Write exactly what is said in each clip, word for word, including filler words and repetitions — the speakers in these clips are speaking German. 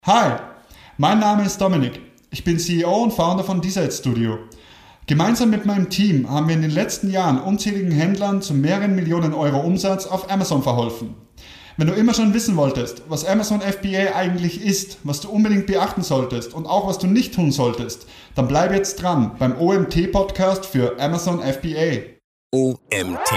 Hi, mein Name ist Dominik. Ich bin C E O und Founder von D-Side Studio. Gemeinsam mit meinem Team haben wir in den letzten Jahren unzähligen Händlern zu mehreren Millionen Euro Umsatz auf Amazon verholfen. Wenn du immer schon wissen wolltest, was Amazon F B A eigentlich ist, was du unbedingt beachten solltest und auch was du nicht tun solltest, dann bleib jetzt dran beim O M T-Podcast für Amazon F B A. O M T.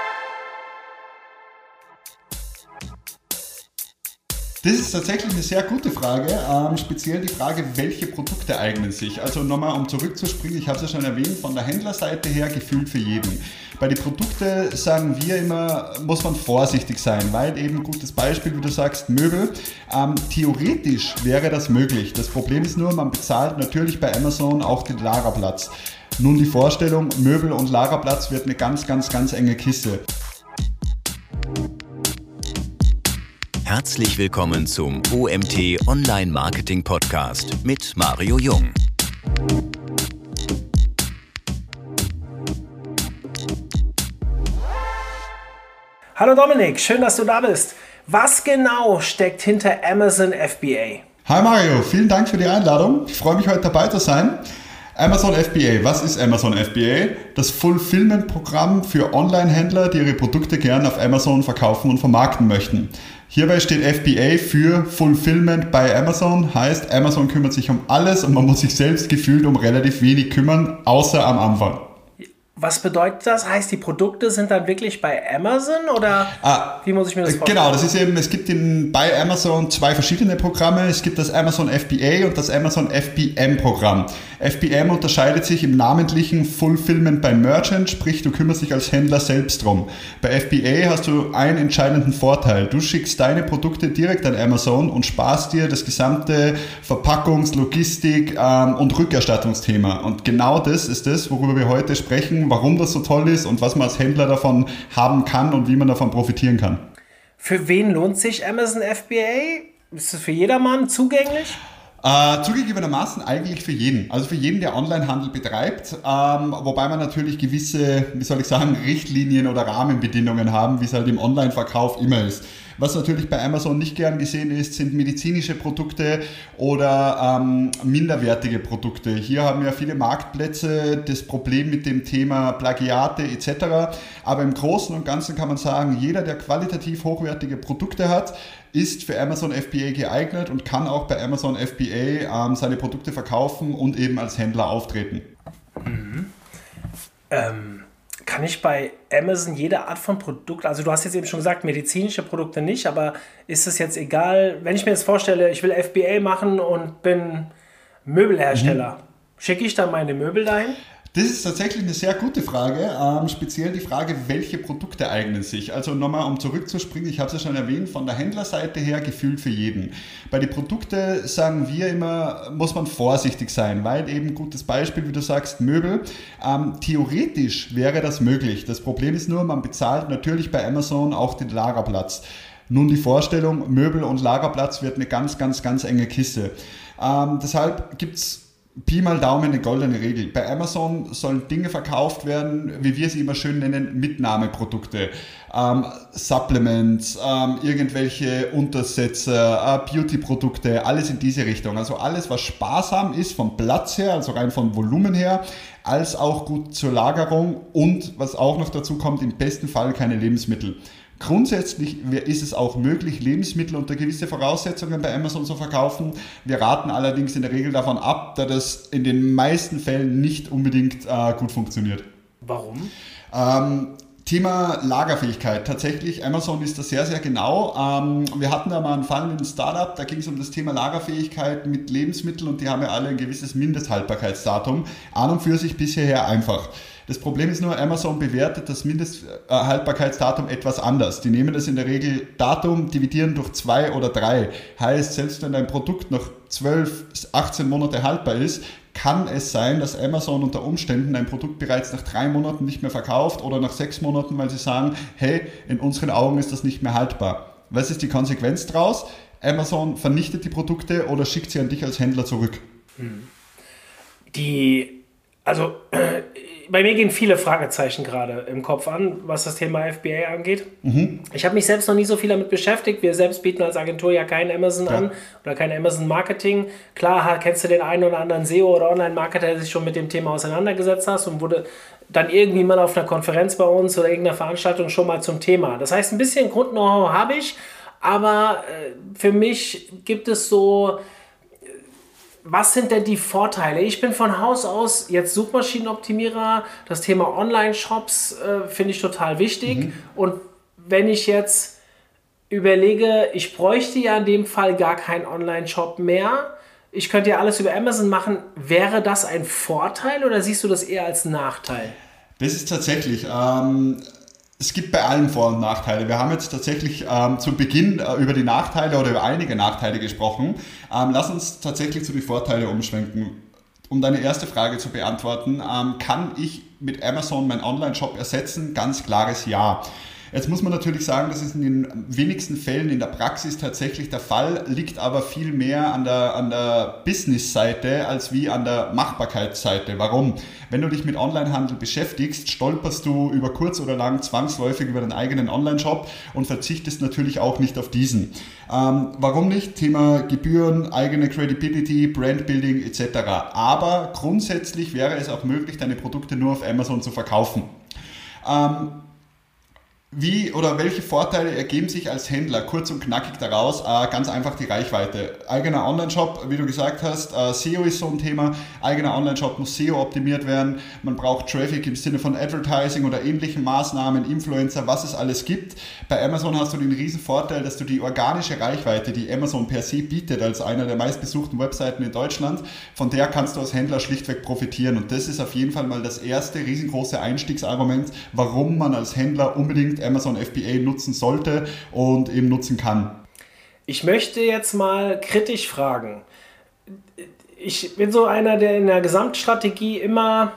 Das ist tatsächlich eine sehr gute Frage, ähm, speziell die Frage, welche Produkte eignen sich. Also nochmal, um zurückzuspringen, ich habe es ja schon erwähnt, von der Händlerseite her gefühlt für jeden. Bei den Produkten sagen wir immer, muss man vorsichtig sein, weil eben, gutes Beispiel, wie du sagst, Möbel, ähm, theoretisch wäre das möglich. Das Problem ist nur, man bezahlt natürlich bei Amazon auch den Lagerplatz. Nun die Vorstellung, Möbel und Lagerplatz wird eine ganz, ganz, ganz enge Kiste. Herzlich willkommen zum O M T Online Marketing Podcast mit Mario Jung. Hallo Dominik, schön, dass du da bist. Was genau steckt hinter Amazon F B A? Hi Mario, vielen Dank für die Einladung. Ich freue mich, heute dabei zu sein. Amazon F B A. Was ist Amazon F B A? Das Fulfillment-Programm für Online-Händler, die ihre Produkte gerne auf Amazon verkaufen und vermarkten möchten. Hierbei steht F B A für Fulfillment bei Amazon, heißt Amazon kümmert sich um alles und man muss sich selbst gefühlt um relativ wenig kümmern, außer am Anfang. Was bedeutet das? Heißt, die Produkte sind dann wirklich bei Amazon oder ah, wie muss ich mir das vorstellen? Genau, das ist eben, es gibt in, bei Amazon zwei verschiedene Programme. Es gibt das Amazon F B A und das Amazon F B M-Programm. F B M unterscheidet sich im namentlichen Fulfillment by Merchant, sprich du kümmerst dich als Händler selbst drum. Bei F B A hast du einen entscheidenden Vorteil. Du schickst deine Produkte direkt an Amazon und sparst dir das gesamte Verpackungs-, Logistik- ähm, und Rückerstattungsthema. Und genau das ist das, worüber wir heute sprechen, warum das so toll ist und was man als Händler davon haben kann und wie man davon profitieren kann. Für wen lohnt sich Amazon F B A? Ist es für jedermann zugänglich? Äh, zugegebenermaßen eigentlich für jeden. Also für jeden, der Onlinehandel betreibt, ähm, wobei man natürlich gewisse, wie soll ich sagen, Richtlinien oder Rahmenbedingungen haben, wie es halt im Online-Verkauf immer ist. Was natürlich bei Amazon nicht gern gesehen ist, sind medizinische Produkte oder ähm, minderwertige Produkte. Hier haben ja viele Marktplätze das Problem mit dem Thema Plagiate et cetera. Aber im Großen und Ganzen kann man sagen, jeder, der qualitativ hochwertige Produkte hat, ist für Amazon F B A geeignet und kann auch bei Amazon F B A ähm, seine Produkte verkaufen und eben als Händler auftreten. Mhm. Ähm, kann ich bei Amazon jede Art von Produkt, also du hast jetzt eben schon gesagt, medizinische Produkte nicht, aber ist es jetzt egal, wenn ich mir jetzt vorstelle, ich will F B A machen und bin Möbelhersteller, mhm. schicke ich dann meine Möbel dahin? Das ist tatsächlich eine sehr gute Frage, ähm, speziell die Frage, welche Produkte eignen sich. Also nochmal, um zurückzuspringen, ich habe es ja schon erwähnt, von der Händlerseite her gefühlt für jeden. Bei den Produkten sagen wir immer, muss man vorsichtig sein, weil eben, gutes Beispiel, wie du sagst, Möbel, ähm, theoretisch wäre das möglich. Das Problem ist nur, man bezahlt natürlich bei Amazon auch den Lagerplatz. Nun die Vorstellung, Möbel und Lagerplatz wird eine ganz, ganz, ganz enge Kiste. Ähm, deshalb gibt es Pi mal Daumen eine goldene Regel. Bei Amazon sollen Dinge verkauft werden, wie wir sie immer schön nennen, Mitnahmeprodukte. Ähm, Supplements, ähm, irgendwelche Untersätze, äh, Beauty-Produkte, alles in diese Richtung. Also alles, was sparsam ist vom Platz her, also rein vom Volumen her, als auch gut zur Lagerung und, was auch noch dazu kommt, im besten Fall keine Lebensmittel. Grundsätzlich ist es auch möglich, Lebensmittel unter gewisse Voraussetzungen bei Amazon zu verkaufen. Wir raten allerdings in der Regel davon ab, da das in den meisten Fällen nicht unbedingt äh, gut funktioniert. Warum? Ähm, Thema Lagerfähigkeit. Tatsächlich, Amazon ist da sehr, sehr genau. Ähm, wir hatten da mal einen Fall mit einem Startup, da ging es um das Thema Lagerfähigkeit mit Lebensmitteln und die haben ja alle ein gewisses Mindesthaltbarkeitsdatum. An und für sich bisher einfach. Das Problem ist nur, Amazon bewertet das Mindesthaltbarkeitsdatum etwas anders. Die nehmen das in der Regel Datum, dividieren durch zwei oder drei. Heißt, selbst wenn ein Produkt noch zwölf, achtzehn Monate haltbar ist, kann es sein, dass Amazon unter Umständen ein Produkt bereits nach drei Monaten nicht mehr verkauft oder nach sechs Monaten, weil sie sagen, hey, in unseren Augen ist das nicht mehr haltbar. Was ist die Konsequenz daraus? Amazon vernichtet die Produkte oder schickt sie an dich als Händler zurück. Die Also äh, bei mir gehen viele Fragezeichen gerade im Kopf an, was das Thema F B A angeht. Mhm. Ich habe mich selbst noch nie so viel damit beschäftigt. Wir selbst bieten als Agentur ja kein Amazon ja. an oder kein Amazon Marketing. Klar kennst du den einen oder anderen S E O oder Online-Marketer, der sich schon mit dem Thema auseinandergesetzt hat und wurde dann irgendwie mal auf einer Konferenz bei uns oder irgendeiner Veranstaltung schon mal zum Thema. Das heißt, ein bisschen Grund-Know-how habe ich, aber äh, für mich gibt es so... Was sind denn die Vorteile? Ich bin von Haus aus jetzt Suchmaschinenoptimierer. Das Thema Online-Shops äh, finde ich total wichtig. Mhm. Und wenn ich jetzt überlege, ich bräuchte ja in dem Fall gar keinen Online-Shop mehr. Ich könnte ja alles über Amazon machen. Wäre das ein Vorteil oder siehst du das eher als Nachteil? Das ist tatsächlich... Ähm Es gibt bei allen Vor- und Nachteile. Wir haben jetzt tatsächlich ähm, zu Beginn äh, über die Nachteile oder über einige Nachteile gesprochen. Ähm, lass uns tatsächlich zu den Vorteilen umschwenken. Um deine erste Frage zu beantworten, ähm, kann ich mit Amazon meinen Online-Shop ersetzen? Ganz klares Ja. Jetzt muss man natürlich sagen, das ist in den wenigsten Fällen in der Praxis tatsächlich der Fall, liegt aber viel mehr an der, an der Business-Seite als wie an der Machbarkeitsseite. Warum? Wenn du dich mit Onlinehandel beschäftigst, stolperst du über kurz oder lang zwangsläufig über deinen eigenen Online-Shop und verzichtest natürlich auch nicht auf diesen. Ähm, warum nicht? Thema Gebühren, eigene Credibility, Brandbuilding et cetera. Aber grundsätzlich wäre es auch möglich, deine Produkte nur auf Amazon zu verkaufen. Ähm, Wie oder welche Vorteile ergeben sich als Händler kurz und knackig daraus? Äh, ganz einfach die Reichweite. Eigener Online-Shop, wie du gesagt hast, äh, S E O ist so ein Thema. Eigener Online-Shop muss S E O optimiert werden. Man braucht Traffic im Sinne von Advertising oder ähnlichen Maßnahmen, Influencer, was es alles gibt. Bei Amazon hast du den riesen Vorteil, dass du die organische Reichweite, die Amazon per se bietet, als einer der meistbesuchten Webseiten in Deutschland, von der kannst du als Händler schlichtweg profitieren. Und das ist auf jeden Fall mal das erste riesengroße Einstiegsargument, warum man als Händler unbedingt Amazon F B A nutzen sollte und eben nutzen kann. Ich möchte jetzt mal kritisch fragen. Ich bin so einer, der in der Gesamtstrategie immer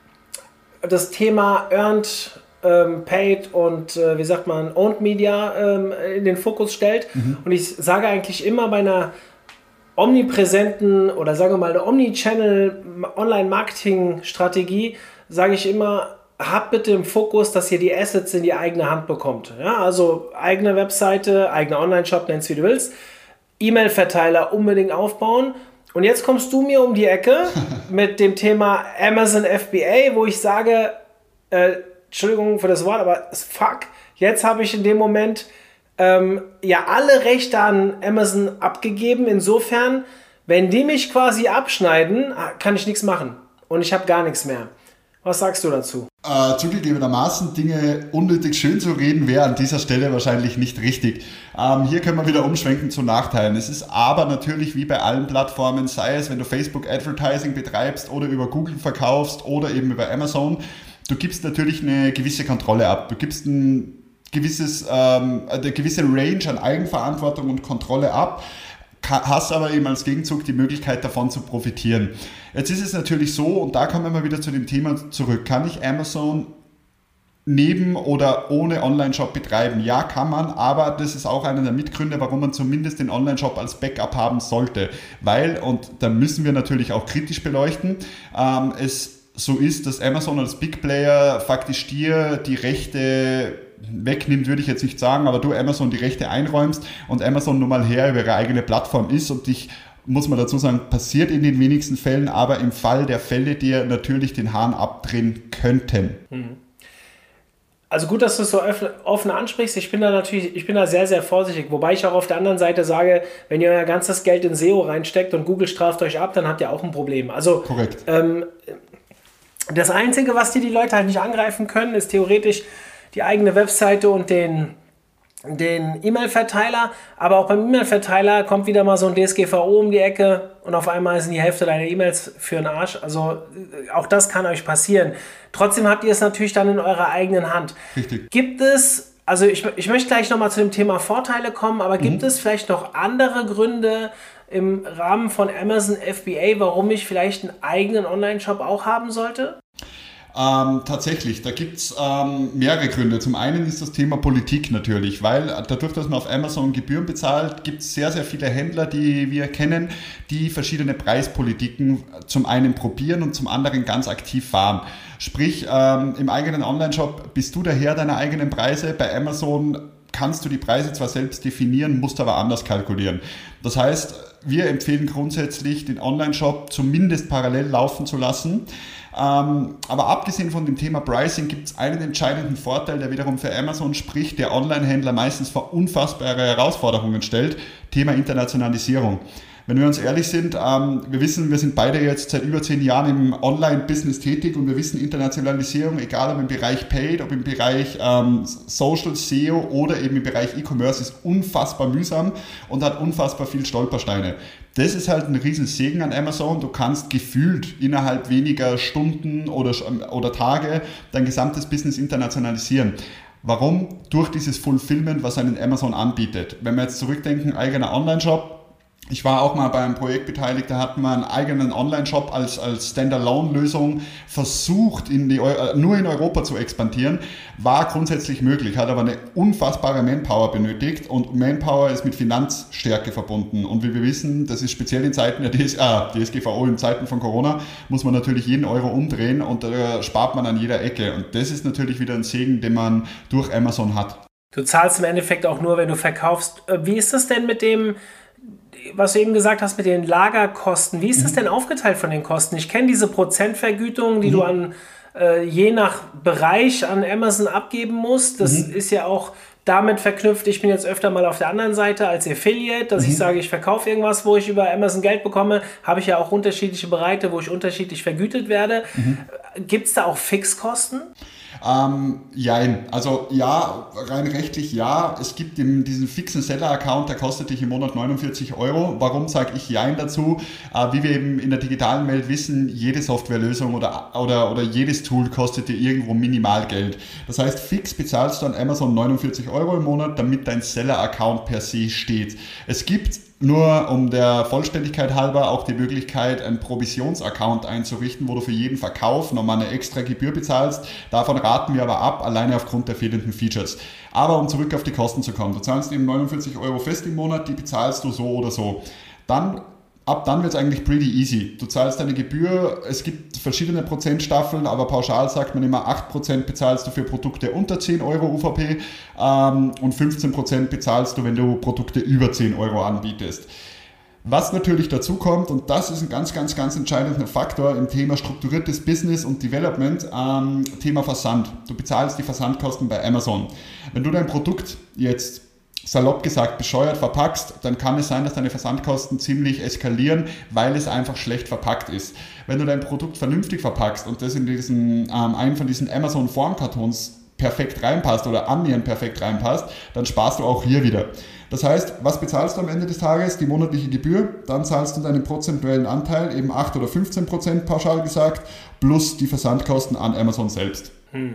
das Thema Earned, ähm, Paid und äh, wie sagt man, Owned Media ähm, in den Fokus stellt. Mhm. Und ich sage eigentlich immer bei einer omnipräsenten oder sagen wir mal eine Omnichannel Online-Marketing-Strategie, sage ich immer, habt bitte im Fokus, dass ihr die Assets in die eigene Hand bekommt. Ja, also eigene Webseite, eigener Online-Shop, nenn's wie du willst, E-Mail-Verteiler unbedingt aufbauen. Und jetzt kommst du mir um die Ecke mit dem Thema Amazon F B A, wo ich sage, äh, Entschuldigung für das Wort, aber fuck, jetzt habe ich in dem Moment ähm, ja alle Rechte an Amazon abgegeben. Insofern, wenn die mich quasi abschneiden, kann ich nichts machen. Und ich habe gar nichts mehr. Was sagst du dazu? Äh, zugegebenermaßen, Dinge unnötig schön zu reden, wäre an dieser Stelle wahrscheinlich nicht richtig. Ähm, hier können wir wieder umschwenken zu Nachteilen. Es ist aber natürlich wie bei allen Plattformen, sei es, wenn du Facebook Advertising betreibst oder über Google verkaufst oder eben über Amazon, du gibst natürlich eine gewisse Kontrolle ab. Du gibst ein gewisses, ähm, eine gewisse Range an Eigenverantwortung und Kontrolle ab, hast aber eben als Gegenzug die Möglichkeit davon zu profitieren. Jetzt ist es natürlich so, und da kommen wir wieder zu dem Thema zurück, kann ich Amazon neben oder ohne Online-Shop betreiben? Ja, kann man, aber das ist auch einer der Mitgründe, warum man zumindest den Online-Shop als Backup haben sollte. Weil, und da müssen wir natürlich auch kritisch beleuchten, ähm, es so ist, dass Amazon als Big Player faktisch dir die Rechte wegnimmt, würde ich jetzt nicht sagen, aber du Amazon die Rechte einräumst und Amazon nun mal Herr über ihre eigene Plattform ist und dich, muss man dazu sagen, passiert in den wenigsten Fällen, aber im Fall der Fälle dir natürlich den Hahn abdrehen könnten. Also gut, dass du es so offen ansprichst. Ich bin da natürlich, ich bin da sehr, sehr vorsichtig. Wobei ich auch auf der anderen Seite sage, wenn ihr euer ganzes Geld in S E O reinsteckt und Google straft euch ab, dann habt ihr auch ein Problem. Also korrekt. Ähm, das Einzige, was dir die Leute halt nicht angreifen können, ist theoretisch die eigene Webseite und den, den E-Mail-Verteiler. Aber auch beim E-Mail-Verteiler kommt wieder mal so ein D S G V O um die Ecke und auf einmal sind die Hälfte deiner E-Mails für den Arsch. Also auch das kann euch passieren. Trotzdem habt ihr es natürlich dann in eurer eigenen Hand. Richtig. Gibt es, also ich, ich möchte gleich nochmal zu dem Thema Vorteile kommen, aber gibt mhm. es vielleicht noch andere Gründe im Rahmen von Amazon F B A, warum ich vielleicht einen eigenen Online-Shop auch haben sollte? Ähm, tatsächlich, da gibt es ähm, mehrere Gründe. Zum einen ist das Thema Politik natürlich, weil dadurch, dass man auf Amazon Gebühren bezahlt, gibt es sehr, sehr viele Händler, die wir kennen, die verschiedene Preispolitiken zum einen probieren und zum anderen ganz aktiv fahren. Sprich, ähm, im eigenen Online-Shop bist du der Herr deiner eigenen Preise. Bei Amazon kannst du die Preise zwar selbst definieren, musst aber anders kalkulieren. Das heißt, wir empfehlen grundsätzlich, den Online-Shop zumindest parallel laufen zu lassen. Ähm, aber abgesehen von dem Thema Pricing gibt es einen entscheidenden Vorteil, der wiederum für Amazon spricht, der Online-Händler meistens vor unfassbare Herausforderungen stellt, Thema Internationalisierung. Wenn wir uns ehrlich sind, ähm, wir wissen, wir sind beide jetzt seit über zehn Jahren im Online-Business tätig und wir wissen, Internationalisierung, egal ob im Bereich Paid, ob im Bereich ähm, Social, S E O oder eben im Bereich E-Commerce, ist unfassbar mühsam und hat unfassbar viel Stolpersteine. Das ist halt ein Riesensegen an Amazon. Du kannst gefühlt innerhalb weniger Stunden oder, oder Tage dein gesamtes Business internationalisieren. Warum? Durch dieses Fulfillment, was einen Amazon anbietet. Wenn wir jetzt zurückdenken, eigener Online-Shop. Ich war auch mal bei einem Projekt beteiligt, da hatten wir einen eigenen Online-Shop als, als Standalone-Lösung versucht, in die, nur in Europa zu expandieren. War grundsätzlich möglich, hat aber eine unfassbare Manpower benötigt und Manpower ist mit Finanzstärke verbunden. Und wie wir wissen, das ist speziell in Zeiten der D S, äh, D S G V O, in Zeiten von Corona, muss man natürlich jeden Euro umdrehen und da spart man an jeder Ecke. Und das ist natürlich wieder ein Segen, den man durch Amazon hat. Du zahlst im Endeffekt auch nur, wenn du verkaufst. Wie ist das denn mit dem, was du eben gesagt hast, mit den Lagerkosten? Wie ist das denn aufgeteilt von den Kosten? Ich kenne diese Prozentvergütung, die mhm. du an äh, je nach Bereich an Amazon abgeben musst. Das mhm. ist ja auch damit verknüpft. Ich bin jetzt öfter mal auf der anderen Seite als Affiliate, dass mhm. ich sage, ich verkaufe irgendwas, wo ich über Amazon Geld bekomme. Habe ich ja auch unterschiedliche Bereiche, wo ich unterschiedlich vergütet werde. Mhm. Gibt es da auch Fixkosten? Ähm, jein. Also ja, rein rechtlich ja. Es gibt den, diesen fixen Seller-Account, der kostet dich im Monat neunundvierzig Euro. Warum sage ich jein dazu? Äh, wie wir eben in der digitalen Welt wissen, jede Softwarelösung oder, oder, oder jedes Tool kostet dir irgendwo minimal Geld. Das heißt, fix bezahlst du an Amazon neunundvierzig Euro im Monat, damit dein Seller-Account per se steht. Es gibt nur um der Vollständigkeit halber auch die Möglichkeit, einen Provisions-Account einzurichten, wo du für jeden Verkauf nochmal eine extra Gebühr bezahlst. Davon raten wir aber ab, alleine aufgrund der fehlenden Features. Aber um zurück auf die Kosten zu kommen, du zahlst eben neunundvierzig Euro fest im Monat, die bezahlst du so oder so. Dann Ab dann wird es eigentlich pretty easy. Du zahlst deine Gebühr, es gibt verschiedene Prozentstaffeln, aber pauschal sagt man immer, acht Prozent bezahlst du für Produkte unter zehn Euro U V P ähm, und fünfzehn Prozent bezahlst du, wenn du Produkte über zehn Euro anbietest. Was natürlich dazu kommt, und das ist ein ganz, ganz, ganz entscheidender Faktor im Thema strukturiertes Business und Development, ähm, Thema Versand. Du bezahlst die Versandkosten bei Amazon. Wenn du dein Produkt jetzt salopp gesagt bescheuert verpackst, dann kann es sein, dass deine Versandkosten ziemlich eskalieren, weil es einfach schlecht verpackt ist. Wenn du dein Produkt vernünftig verpackst und das in diesen, ähm, einen von diesen Amazon Formkartons perfekt reinpasst oder annähernd perfekt reinpasst, dann sparst du auch hier wieder. Das heißt, was bezahlst du am Ende des Tages? Die monatliche Gebühr, dann zahlst du deinen prozentuellen Anteil, eben acht oder fünfzehn Prozent pauschal gesagt, plus die Versandkosten an Amazon selbst. Hm.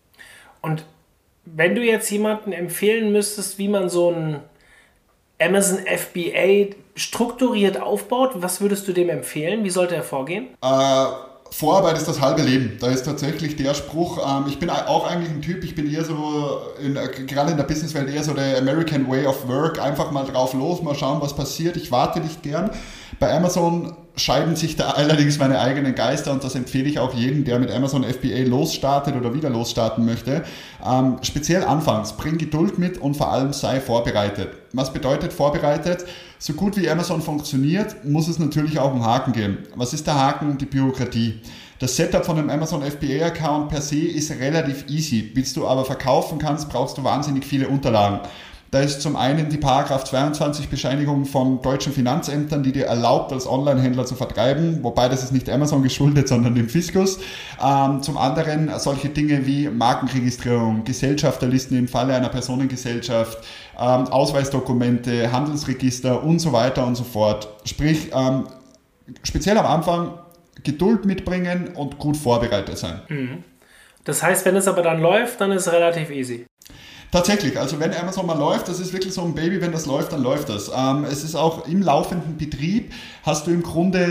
Und wenn du jetzt jemanden empfehlen müsstest, wie man so ein Amazon F B A strukturiert aufbaut, was würdest du dem empfehlen? Wie sollte er vorgehen? Äh, Vorarbeit ist das halbe Leben. Da ist tatsächlich der Spruch, ähm, ich bin auch eigentlich ein Typ, ich bin eher so, in, gerade in der Businesswelt, eher so der American Way of Work, einfach mal drauf los, mal schauen, was passiert. Ich warte nicht gern. Bei Amazon scheiden sich da allerdings meine eigenen Geister und das empfehle ich auch jedem, der mit Amazon F B A losstartet oder wieder losstarten möchte. Ähm, speziell anfangs, bring Geduld mit und vor allem sei vorbereitet. Was bedeutet vorbereitet? So gut wie Amazon funktioniert, muss es natürlich auch einen Haken geben. Was ist der Haken? Die Bürokratie. Das Setup von einem Amazon F B A-Account per se ist relativ easy. Bis du aber verkaufen kannst, brauchst du wahnsinnig viele Unterlagen. Da ist zum einen die Paragraph zweiundzwanzig Bescheinigung von deutschen Finanzämtern, die dir erlaubt, als Online-Händler zu vertreiben, wobei das ist nicht Amazon geschuldet, sondern dem Fiskus. Ähm, zum anderen solche Dinge wie Markenregistrierung, Gesellschafterlisten im Falle einer Personengesellschaft, ähm, Ausweisdokumente, Handelsregister und so weiter und so fort. Sprich, ähm, speziell am Anfang Geduld mitbringen und gut vorbereitet sein. Mhm. Das heißt, wenn es aber dann läuft, dann ist es relativ easy. Tatsächlich, also wenn Amazon mal läuft, das ist wirklich so ein Baby, wenn das läuft, dann läuft das. Ähm, es ist auch im laufenden Betrieb, hast du im Grunde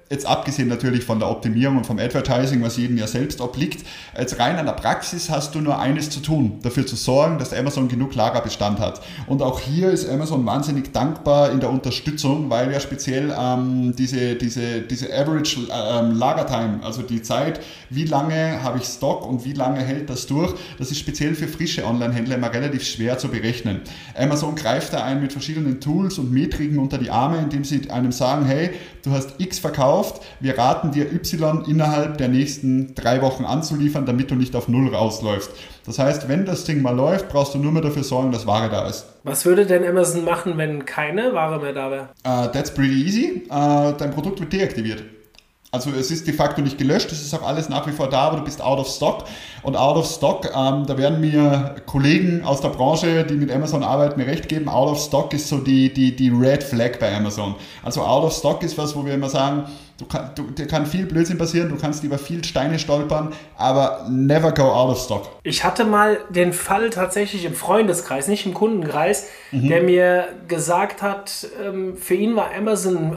jetzt abgesehen natürlich von der Optimierung und vom Advertising, was jedem ja selbst obliegt, jetzt rein an der Praxis hast du nur eines zu tun, dafür zu sorgen, dass Amazon genug Lagerbestand hat. Und auch hier ist Amazon wahnsinnig dankbar in der Unterstützung, weil ja speziell ähm, diese, diese, diese Average ähm, Lagertime, also die Zeit, wie lange habe ich Stock und wie lange hält das durch, das ist speziell für frische Online-Händler immer relativ schwer zu berechnen. Amazon greift da ein mit verschiedenen Tools und Metriken unter die Arme, indem sie einem sagen, hey, du hast X verkauft, wir raten dir Y innerhalb der nächsten drei Wochen anzuliefern, damit du nicht auf Null rausläufst. Das heißt, wenn das Ding mal läuft, brauchst du nur mehr dafür sorgen, dass Ware da ist. Was würde denn Amazon machen, wenn keine Ware mehr da wäre? Uh, that's pretty easy. Uh, dein Produkt wird deaktiviert. Also es ist de facto nicht gelöscht, es ist auch alles nach wie vor da, aber du bist out of stock. Und out of stock, ähm, da werden mir Kollegen aus der Branche, die mit Amazon arbeiten, mir recht geben, out of stock ist so die, die, die Red Flag bei Amazon. Also out of stock ist was, wo wir immer sagen, du kann, du, dir kann viel Blödsinn passieren, du kannst über viel Steine stolpern, aber never go out of stock. Ich hatte mal den Fall tatsächlich im Freundeskreis, nicht im Kundenkreis, mhm. der mir gesagt hat, ähm, für ihn war Amazon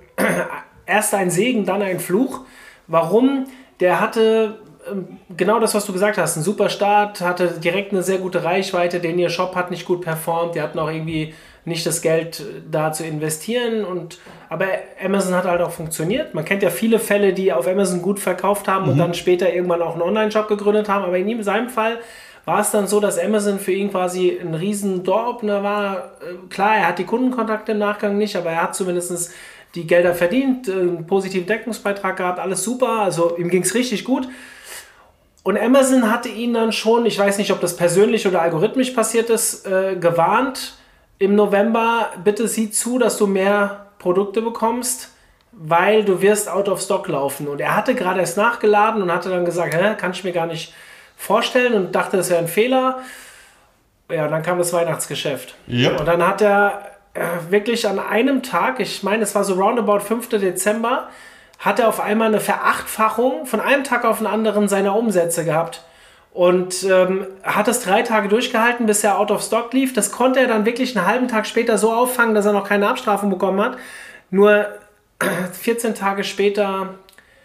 erst ein Segen, dann ein Fluch. Warum? Der hatte ähm, genau das, was du gesagt hast, einen super Start, hatte direkt eine sehr gute Reichweite, denn ihr Shop hat nicht gut performt, die hatten auch irgendwie nicht das Geld da zu investieren. Und, aber Amazon hat halt auch funktioniert. Man kennt ja viele Fälle, die auf Amazon gut verkauft haben mhm. und dann später irgendwann auch einen Online-Shop gegründet haben. Aber in ihm, seinem Fall war es dann so, dass Amazon für ihn quasi ein riesen Door-Opener war. Klar, er hat die Kundenkontakte im Nachgang nicht, aber er hat zumindest die Gelder verdient, einen positiven Deckungsbeitrag gehabt, alles super, also ihm ging es richtig gut. Und Amazon hatte ihn dann schon, ich weiß nicht, ob das persönlich oder algorithmisch passiert ist, äh, gewarnt, im November, bitte sieh zu, dass du mehr Produkte bekommst, weil du wirst out of stock laufen. Und er hatte gerade erst nachgeladen und hatte dann gesagt, hä, kann ich mir gar nicht vorstellen und dachte, das wäre ein Fehler. Ja, dann kam das Weihnachtsgeschäft. Yep. Und dann hat er wirklich an einem Tag, ich meine, es war so roundabout fünften Dezember, hat er auf einmal eine Verachtfachung von einem Tag auf den anderen seiner Umsätze gehabt. Und ähm, hat es drei Tage durchgehalten, bis er out of stock lief. Das konnte er dann wirklich einen halben Tag später so auffangen, dass er noch keine Abstrafung bekommen hat. Nur vierzehn Tage später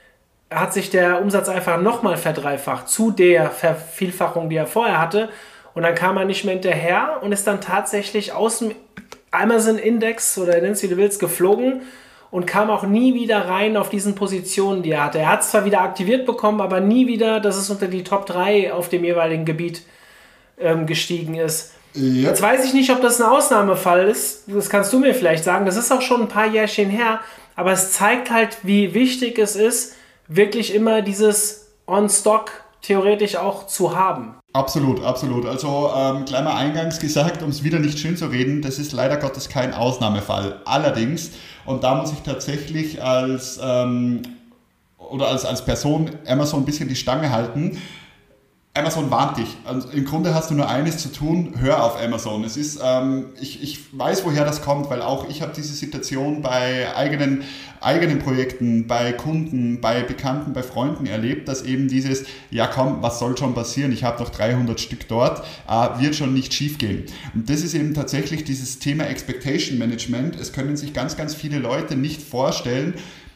hat sich der Umsatz einfach nochmal verdreifacht zu der Vervielfachung, die er vorher hatte. Und dann kam er nicht mehr hinterher und ist dann tatsächlich aus dem Amazon-Index oder nenn's wie du willst, geflogen und kam auch nie wieder rein auf diesen Positionen, die er hatte. Er hat es zwar wieder aktiviert bekommen, aber nie wieder, dass es unter die Top drei auf dem jeweiligen Gebiet ähm, gestiegen ist. Ja. Jetzt weiß ich nicht, ob das ein Ausnahmefall ist. Das kannst du mir vielleicht sagen. Das ist auch schon ein paar Jährchen her. Aber es zeigt halt, wie wichtig es ist, wirklich immer dieses On-Stock theoretisch auch zu haben. Absolut, absolut. Also ähm, gleich mal eingangs gesagt, um es wieder nicht schön zu reden, das ist leider Gottes kein Ausnahmefall. Allerdings, und da muss ich tatsächlich als, ähm, oder als, als Person Amazon ein bisschen die Stange halten, Amazon warnt dich. Also im Grunde hast du nur eines zu tun, hör auf Amazon. Es ist, ähm, ich, ich weiß, woher das kommt, weil auch ich habe diese Situation bei eigenen, eigenen Projekten, bei Kunden, bei Bekannten, bei Freunden erlebt, dass eben dieses, ja komm, was soll schon passieren, ich habe doch dreihundert Stück dort, äh, wird schon nicht schief gehen. Und das ist eben tatsächlich dieses Thema Expectation Management. Es können sich ganz, ganz viele Leute nicht vorstellen,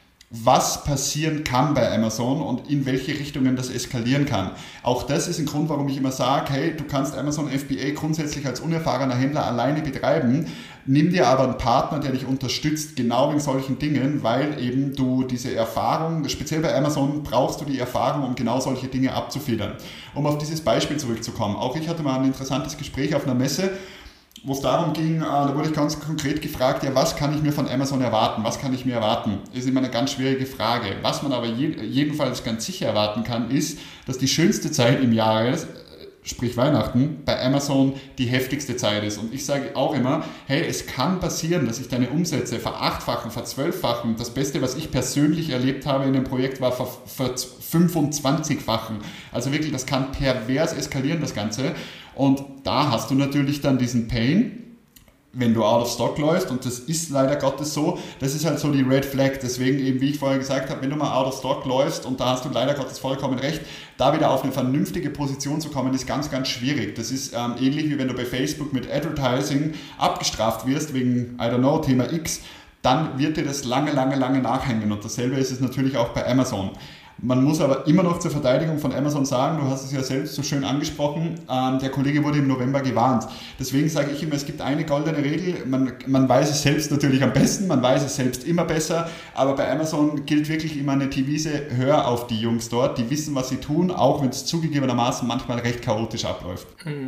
was passieren kann bei Amazon und in welche Richtungen das eskalieren kann. Auch das ist ein Grund, warum ich immer sage, hey, du kannst Amazon F B A grundsätzlich als unerfahrener Händler alleine betreiben, nimm dir aber einen Partner, der dich unterstützt, genau in solchen Dingen, weil eben du diese Erfahrung, speziell bei Amazon brauchst du die Erfahrung, um genau solche Dinge abzufedern. Um auf dieses Beispiel zurückzukommen. Auch ich hatte mal ein interessantes Gespräch auf einer Messe, wo es darum ging, da wurde ich ganz konkret gefragt, ja, was kann ich mir von Amazon erwarten? Was kann ich mir erwarten? Das ist immer eine ganz schwierige Frage. Was man aber je, jedenfalls ganz sicher erwarten kann, ist, dass die schönste Zeit im Jahr, sprich Weihnachten, bei Amazon die heftigste Zeit ist. Und ich sage auch immer, hey, es kann passieren, dass sich deine Umsätze verachtfachen, verzwölffachen. Das Beste, was ich persönlich erlebt habe in dem Projekt, war fünfundzwanzigfachen. Also wirklich, das kann pervers eskalieren, das Ganze. Und da hast du natürlich dann diesen Pain, wenn du out of stock läufst, und das ist leider Gottes so, das ist halt so die Red Flag. Deswegen eben, wie ich vorher gesagt habe, wenn du mal out of stock läufst, und da hast du leider Gottes vollkommen recht, da wieder auf eine vernünftige Position zu kommen, ist ganz, ganz schwierig. Das ist ähm, ähnlich wie wenn du bei Facebook mit Advertising abgestraft wirst wegen, I don't know, Thema X. dann wird dir das lange, lange, lange nachhängen. Und dasselbe ist es natürlich auch bei Amazon. Man muss aber immer noch zur Verteidigung von Amazon sagen, du hast es ja selbst so schön angesprochen, ähm, der Kollege wurde im November gewarnt. Deswegen sage ich immer, es gibt eine goldene Regel, man, man weiß es selbst natürlich am besten, man weiß es selbst immer besser, aber bei Amazon gilt wirklich immer eine Devise, hör auf die Jungs dort, die wissen, was sie tun, auch wenn es zugegebenermaßen manchmal recht chaotisch abläuft. Mhm.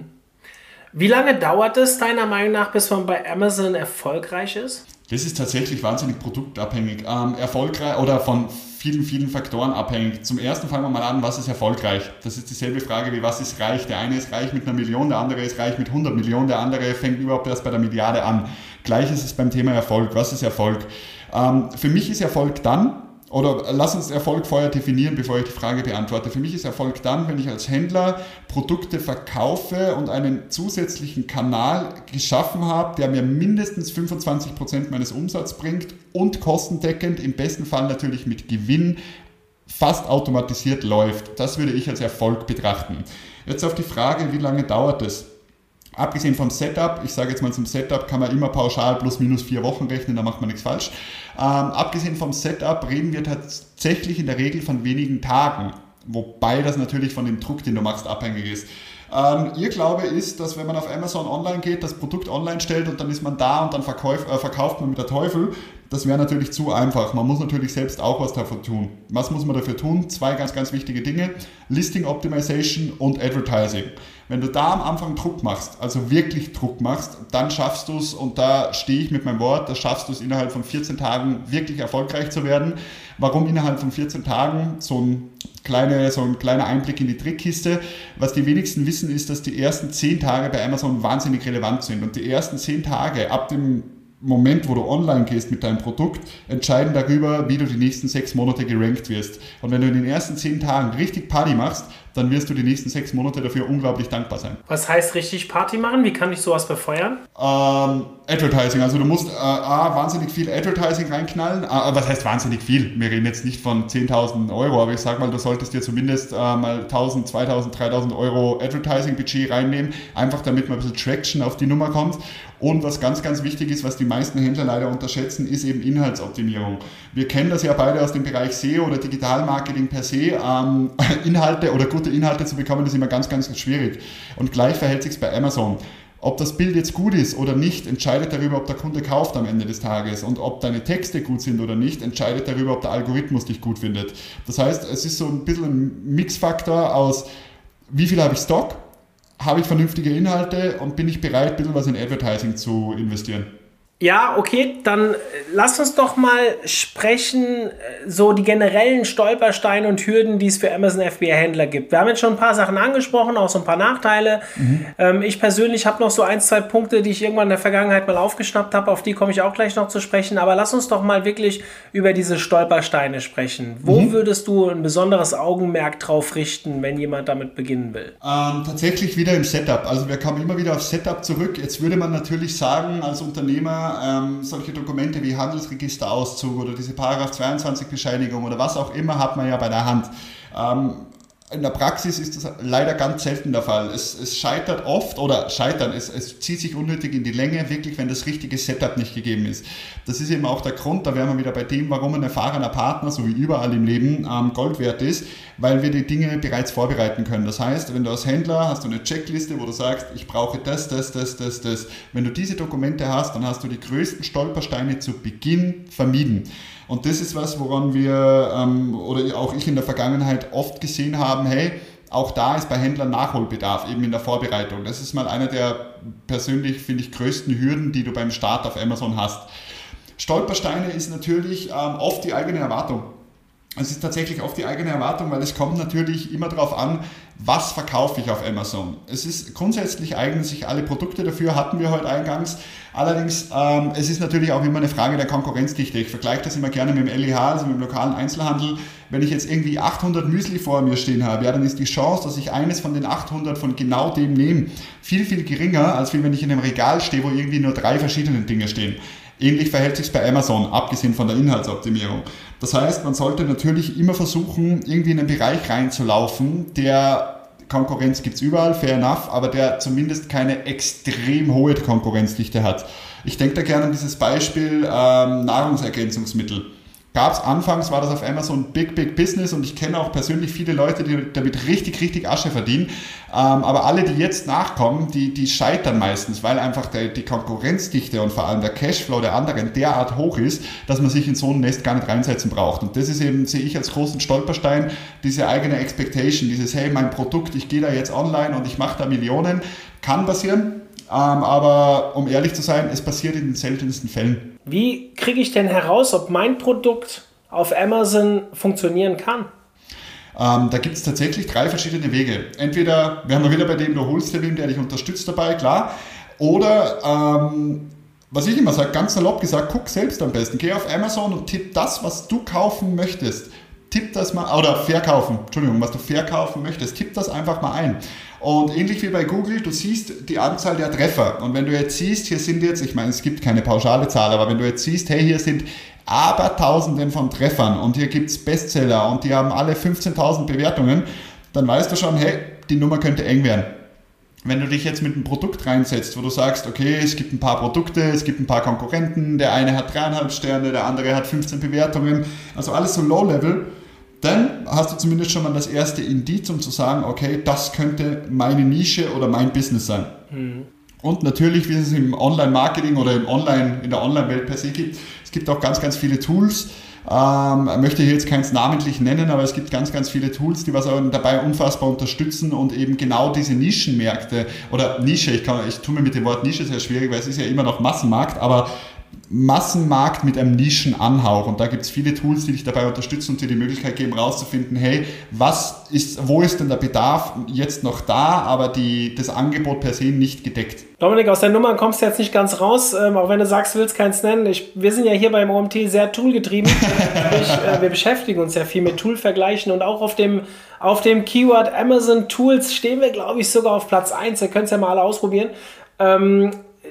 Wie lange dauert es deiner Meinung nach, bis man bei Amazon erfolgreich ist? Das ist tatsächlich wahnsinnig produktabhängig, ähm, erfolgreich oder von vielen, vielen Faktoren abhängig. Zum ersten fangen wir mal an, was ist erfolgreich? Das ist dieselbe Frage wie, was ist reich? Der eine ist reich mit einer Million, der andere ist reich mit hundert Millionen, der andere fängt überhaupt erst bei der Milliarde an. Gleich ist es beim Thema Erfolg. Was ist Erfolg? Ähm, für mich ist Erfolg dann, oder lass uns Erfolg vorher definieren, bevor ich die Frage beantworte. Für mich ist Erfolg dann, wenn ich als Händler Produkte verkaufe und einen zusätzlichen Kanal geschaffen habe, der mir mindestens fünfundzwanzig Prozent meines Umsatzes bringt und kostendeckend, im besten Fall natürlich mit Gewinn, fast automatisiert läuft. Das würde ich als Erfolg betrachten. Jetzt auf die Frage, wie lange dauert es? Abgesehen vom Setup, ich sage jetzt mal zum Setup, kann man immer pauschal plus minus vier Wochen rechnen, da macht man nichts falsch. Ähm, abgesehen vom Setup reden wir tatsächlich in der Regel von wenigen Tagen, wobei das natürlich von dem Druck, den du machst, abhängig ist. Ähm, ihr Glaube ist, dass wenn man auf Amazon online geht, das Produkt online stellt und dann ist man da und dann verkauf, äh, verkauft man mit der Teufel. Das wäre natürlich zu einfach. Man muss natürlich selbst auch was dafür tun. Was muss man dafür tun? Zwei ganz, ganz wichtige Dinge. Listing Optimization und Advertising. Wenn du da am Anfang Druck machst, also wirklich Druck machst, dann schaffst du es, und da stehe ich mit meinem Wort, da schaffst du es innerhalb von vierzehn Tagen wirklich erfolgreich zu werden. Warum innerhalb von vierzehn Tagen? So ein, kleine, so ein kleiner Einblick in die Trickkiste. Was die wenigsten wissen, ist, dass die ersten zehn Tage bei Amazon wahnsinnig relevant sind. Und die ersten zehn Tage ab dem Moment, wo du online gehst mit deinem Produkt, entscheiden darüber, wie du die nächsten sechs Monate gerankt wirst. Und wenn du in den ersten zehn Tagen richtig Party machst, dann wirst du die nächsten sechs Monate dafür unglaublich dankbar sein. Was heißt richtig Party machen? Wie kann ich sowas befeuern? Ähm, Advertising. Also du musst äh, A, wahnsinnig viel Advertising reinknallen. Äh, was heißt wahnsinnig viel? Wir reden jetzt nicht von zehntausend Euro, aber ich sag mal, du solltest dir zumindest äh, mal tausend, zweitausend, dreitausend Euro Advertising-Budget reinnehmen, einfach damit man ein bisschen Traction auf die Nummer kommt. Und was ganz, ganz wichtig ist, was die meisten Händler leider unterschätzen, ist eben Inhaltsoptimierung. Wir kennen das ja beide aus dem Bereich S E O oder Digitalmarketing per se. Ähm, Inhalte oder gute Inhalte zu bekommen, ist immer ganz, ganz schwierig. Und gleich verhält sich es bei Amazon. Ob das Bild jetzt gut ist oder nicht, entscheidet darüber, ob der Kunde kauft am Ende des Tages. Und ob deine Texte gut sind oder nicht, entscheidet darüber, ob der Algorithmus dich gut findet. Das heißt, es ist so ein bisschen ein Mixfaktor aus, wie viel habe ich Stock, habe ich vernünftige Inhalte und bin ich bereit, ein bisschen was in Advertising zu investieren. Ja, okay, dann lass uns doch mal sprechen, so die generellen Stolpersteine und Hürden, die es für Amazon F B A-Händler gibt. Wir haben jetzt schon ein paar Sachen angesprochen, auch so ein paar Nachteile. Mhm. Ähm, ich persönlich habe noch so ein, zwei Punkte, die ich irgendwann in der Vergangenheit mal aufgeschnappt habe, auf die komme ich auch gleich noch zu sprechen. Aber lass uns doch mal wirklich über diese Stolpersteine sprechen. Wo mhm. würdest du ein besonderes Augenmerk drauf richten, wenn jemand damit beginnen will? Ähm, tatsächlich wieder im Setup. Also wir kommen immer wieder auf Setup zurück. Jetzt würde man natürlich sagen, als Unternehmer, Ähm, solche Dokumente wie Handelsregisterauszug oder diese Paragraph zweiundzwanzig Bescheinigung oder was auch immer hat man ja bei der Hand. Ähm, in der Praxis ist das leider ganz selten der Fall. Es, es scheitert oft oder scheitern, es, es zieht sich unnötig in die Länge, wirklich, wenn das richtige Setup nicht gegeben ist. Das ist eben auch der Grund, da wären wir wieder bei dem, warum ein erfahrener Partner, so wie überall im Leben, ähm, Gold wert ist, weil wir die Dinge bereits vorbereiten können. Das heißt, wenn du als Händler hast du eine Checkliste, wo du sagst, ich brauche das, das, das, das, das. Wenn du diese Dokumente hast, dann hast du die größten Stolpersteine zu Beginn vermieden. Und das ist was, woran wir ähm, oder auch ich in der Vergangenheit oft gesehen haben, hey, auch da ist bei Händlern Nachholbedarf, eben in der Vorbereitung. Das ist mal einer der persönlich, finde ich, größten Hürden, die du beim Start auf Amazon hast. Stolpersteine ist natürlich ähm, oft die eigene Erwartung. Es ist tatsächlich oft die eigene Erwartung, weil es kommt natürlich immer darauf an, was verkaufe ich auf Amazon. Es ist grundsätzlich eignen sich alle Produkte dafür, hatten wir heute eingangs. Allerdings, ähm, es ist natürlich auch immer eine Frage der Konkurrenzdichte. Ich vergleiche das immer gerne mit dem L E H, also mit dem lokalen Einzelhandel. Wenn ich jetzt irgendwie achthundert Müsli vor mir stehen habe, ja, dann ist die Chance, dass ich eines von den achthundert von genau dem nehme, viel, viel geringer, als wenn ich in einem Regal stehe, wo irgendwie nur drei verschiedene Dinge stehen. Ähnlich verhält sich es bei Amazon, abgesehen von der Inhaltsoptimierung. Das heißt, man sollte natürlich immer versuchen, irgendwie in einen Bereich reinzulaufen, der Konkurrenz gibt es überall, fair enough, aber der zumindest keine extrem hohe Konkurrenzdichte hat. Ich denke da gerne an dieses Beispiel ähm, Nahrungsergänzungsmittel. Gab es anfangs, war das auf Amazon Big, Big Business und ich kenne auch persönlich viele Leute, die damit richtig, richtig Asche verdienen. Ähm, aber alle, die jetzt nachkommen, die, die scheitern meistens, weil einfach der, die Konkurrenzdichte und vor allem der Cashflow der anderen derart hoch ist, dass man sich in so ein Nest gar nicht reinsetzen braucht. Und das ist eben, sehe ich als großen Stolperstein, diese eigene Expectation, dieses, hey, mein Produkt, ich gehe da jetzt online und ich mache da Millionen, kann passieren. Ähm, aber um ehrlich zu sein, es passiert in den seltensten Fällen. Wie kriege ich denn heraus, ob mein Produkt auf Amazon funktionieren kann? Ähm, da gibt es tatsächlich drei verschiedene Wege. Entweder, wir haben noch wieder bei dem, du holst dir wen, der dich unterstützt dabei, klar. Oder, ähm, was ich immer sage, ganz salopp gesagt, guck selbst am besten. Geh auf Amazon und tipp das, was du kaufen möchtest. Tipp das mal, oder verkaufen, Entschuldigung, was du verkaufen möchtest, tipp das einfach mal ein. Und ähnlich wie bei Google, du siehst die Anzahl der Treffer. Und wenn du jetzt siehst, hier sind jetzt, ich meine, es gibt keine pauschale Zahl, aber wenn du jetzt siehst, hey, hier sind Abertausenden von Treffern und hier gibt es Bestseller und die haben alle fünfzehntausend Bewertungen, dann weißt du schon, hey, die Nummer könnte eng werden. Wenn du dich jetzt mit einem Produkt reinsetzt, wo du sagst, okay, es gibt ein paar Produkte, es gibt ein paar Konkurrenten, der eine hat dreieinhalb Sterne, der andere hat fünfzehn Bewertungen, also alles so Low-Level, dann hast du zumindest schon mal das erste Indiz, um zu sagen, okay, das könnte meine Nische oder mein Business sein. Mhm. Und natürlich, wie es im Online-Marketing oder im Online, in der Online-Welt per se gibt, es gibt auch ganz, ganz viele Tools. Ähm, ich möchte hier jetzt keins namentlich nennen, aber es gibt ganz, ganz viele Tools, die was dabei unfassbar unterstützen und eben genau diese Nischenmärkte oder Nische, ich, kann, ich tue mir mit dem Wort Nische sehr schwierig, weil es ist ja immer noch Massenmarkt, aber Massenmarkt mit einem Nischenanhauch und da gibt es viele Tools, die dich dabei unterstützen und dir die Möglichkeit geben, rauszufinden, hey, was ist, wo ist denn der Bedarf jetzt noch da, aber die, das Angebot per se nicht gedeckt. Dominik, aus der Nummer kommst du jetzt nicht ganz raus, ähm, auch wenn du sagst, du willst keins nennen. Ich, wir sind ja hier beim O M T sehr toolgetrieben. ich, äh, wir beschäftigen uns ja viel mit Toolvergleichen und auch auf dem, auf dem Keyword Amazon Tools stehen wir, glaube ich, sogar auf Platz eins. Ihr könnt es ja mal alle ausprobieren. Ähm,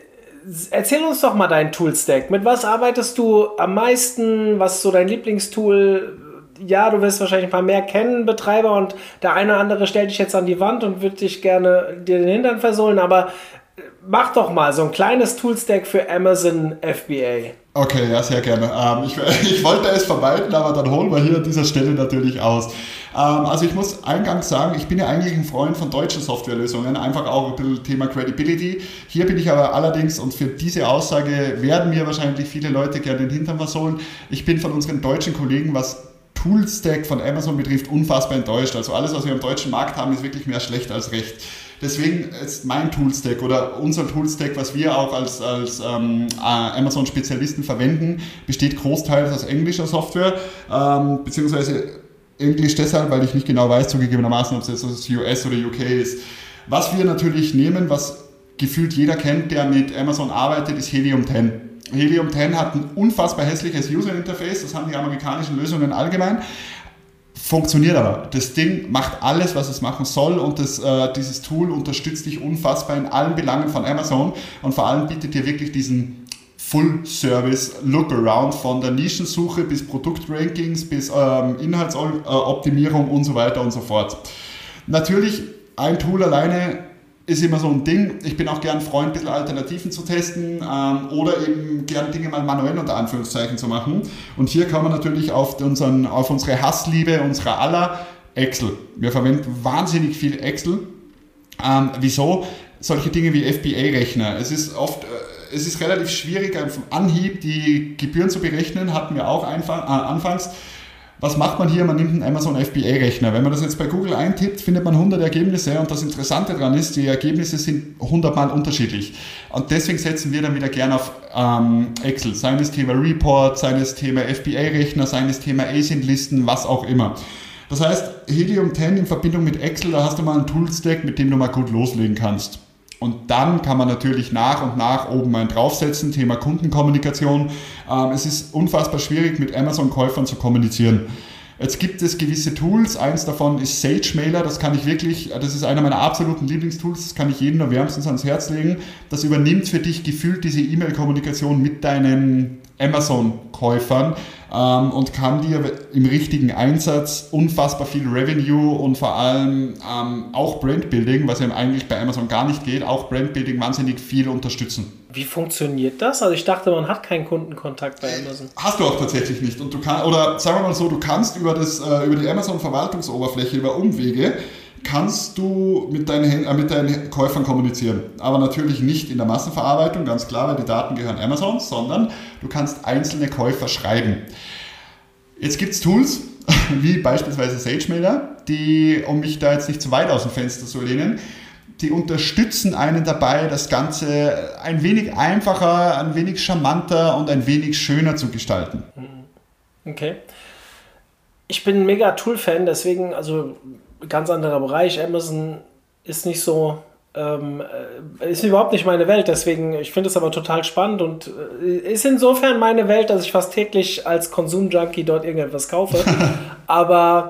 Erzähl uns doch mal deinen Toolstack. Mit was arbeitest du am meisten? Was ist so dein Lieblingstool? Ja, du wirst wahrscheinlich ein paar mehr kennen, Betreiber, und der eine oder andere stellt dich jetzt an die Wand und wird dich gerne dir den Hintern versohlen, aber mach doch mal so ein kleines Toolstack für Amazon F B A. Okay, ja, sehr gerne. Ähm, ich, ich wollte es vermeiden, aber dann holen wir hier an dieser Stelle natürlich aus. Ähm, also ich muss eingangs sagen, ich bin ja eigentlich ein Freund von deutschen Softwarelösungen, einfach auch ein bisschen Thema Credibility. Hier bin ich aber allerdings, und für diese Aussage werden mir wahrscheinlich viele Leute gerne den Hintern versohlen, ich bin von unseren deutschen Kollegen, was Toolstack von Amazon betrifft, unfassbar enttäuscht. Also alles, was wir im deutschen Markt haben, ist wirklich mehr schlecht als recht. Deswegen ist mein Toolstack oder unser Toolstack, was wir auch als, als ähm, Amazon-Spezialisten verwenden, besteht großteils aus englischer Software, ähm, beziehungsweise Englisch deshalb, weil ich nicht genau weiß, zugegebenermaßen, ob es jetzt aus U S oder U K ist. Was wir natürlich nehmen, was gefühlt jeder kennt, der mit Amazon arbeitet, ist Helium zehn. Helium zehn hat ein unfassbar hässliches User-Interface, das haben die amerikanischen Lösungen allgemein. Funktioniert aber. Das Ding macht alles, was es machen soll, und das, äh, dieses Tool unterstützt dich unfassbar in allen Belangen von Amazon und vor allem bietet dir wirklich diesen Full-Service-Look-Around von der Nischensuche bis Produktrankings bis ähm, Inhaltsoptimierung und so weiter und so fort. Natürlich, ein Tool alleine ist immer so ein Ding. Ich bin auch gern Freund, ein bisschen Alternativen zu testen ähm, oder eben gern Dinge mal manuell unter Anführungszeichen zu machen. Und hier kann man natürlich auf, unseren, auf unsere Hassliebe unserer aller Excel. Wir verwenden wahnsinnig viel Excel. Ähm, wieso? Solche Dinge wie F B A-Rechner. Es ist oft, äh, es ist relativ schwierig, auf Anhieb die Gebühren zu berechnen, hatten wir auch einfach, äh, anfangs. Was macht man hier? Man nimmt einen Amazon F B A-Rechner. Wenn man das jetzt bei Google eintippt, findet man hundert Ergebnisse, und das Interessante daran ist, die Ergebnisse sind hundertmal unterschiedlich. Und deswegen setzen wir dann wieder gerne auf ähm, Excel. Sei es Thema Report, sei es Thema F B A-Rechner, sei es Thema A S I N-Listen, was auch immer. Das heißt, Helium zehn in Verbindung mit Excel, da hast du mal einen Toolstack, mit dem du mal gut loslegen kannst. Und dann kann man natürlich nach und nach oben mal draufsetzen, Thema Kundenkommunikation. Ähm, es ist unfassbar schwierig, mit Amazon-Käufern zu kommunizieren. Jetzt gibt es gewisse Tools, eins davon ist SageMailer, das kann ich wirklich, das ist einer meiner absoluten Lieblingstools, das kann ich jedem nur wärmstens ans Herz legen. Das übernimmt für dich gefühlt diese E-Mail-Kommunikation mit deinen Amazon-Käufern ähm, und kann dir im richtigen Einsatz unfassbar viel Revenue und vor allem ähm, auch Brandbuilding, was ja eigentlich bei Amazon gar nicht geht, auch Brandbuilding wahnsinnig viel unterstützen. Wie funktioniert das? Also ich dachte, man hat keinen Kundenkontakt bei Amazon. Hast du auch tatsächlich nicht. Und du kannst, oder sagen wir mal so, du kannst über, das, äh, über die Amazon-Verwaltungsoberfläche, über Umwege, kannst du mit deinen, äh, mit deinen Käufern kommunizieren. Aber natürlich nicht in der Massenverarbeitung, ganz klar, weil die Daten gehören Amazon, sondern du kannst einzelne Käufer schreiben. Jetzt gibt es Tools, wie beispielsweise SageMailer, die, um mich da jetzt nicht zu weit aus dem Fenster zu lehnen, die unterstützen einen dabei, das Ganze ein wenig einfacher, ein wenig charmanter und ein wenig schöner zu gestalten. Okay. Ich bin ein mega Tool-Fan, deswegen, also ganz anderer Bereich. Amazon ist nicht so, ähm, ist überhaupt nicht meine Welt, deswegen, ich finde es aber total spannend und ist insofern meine Welt, dass ich fast täglich als Konsum-Junkie dort irgendetwas kaufe. Aber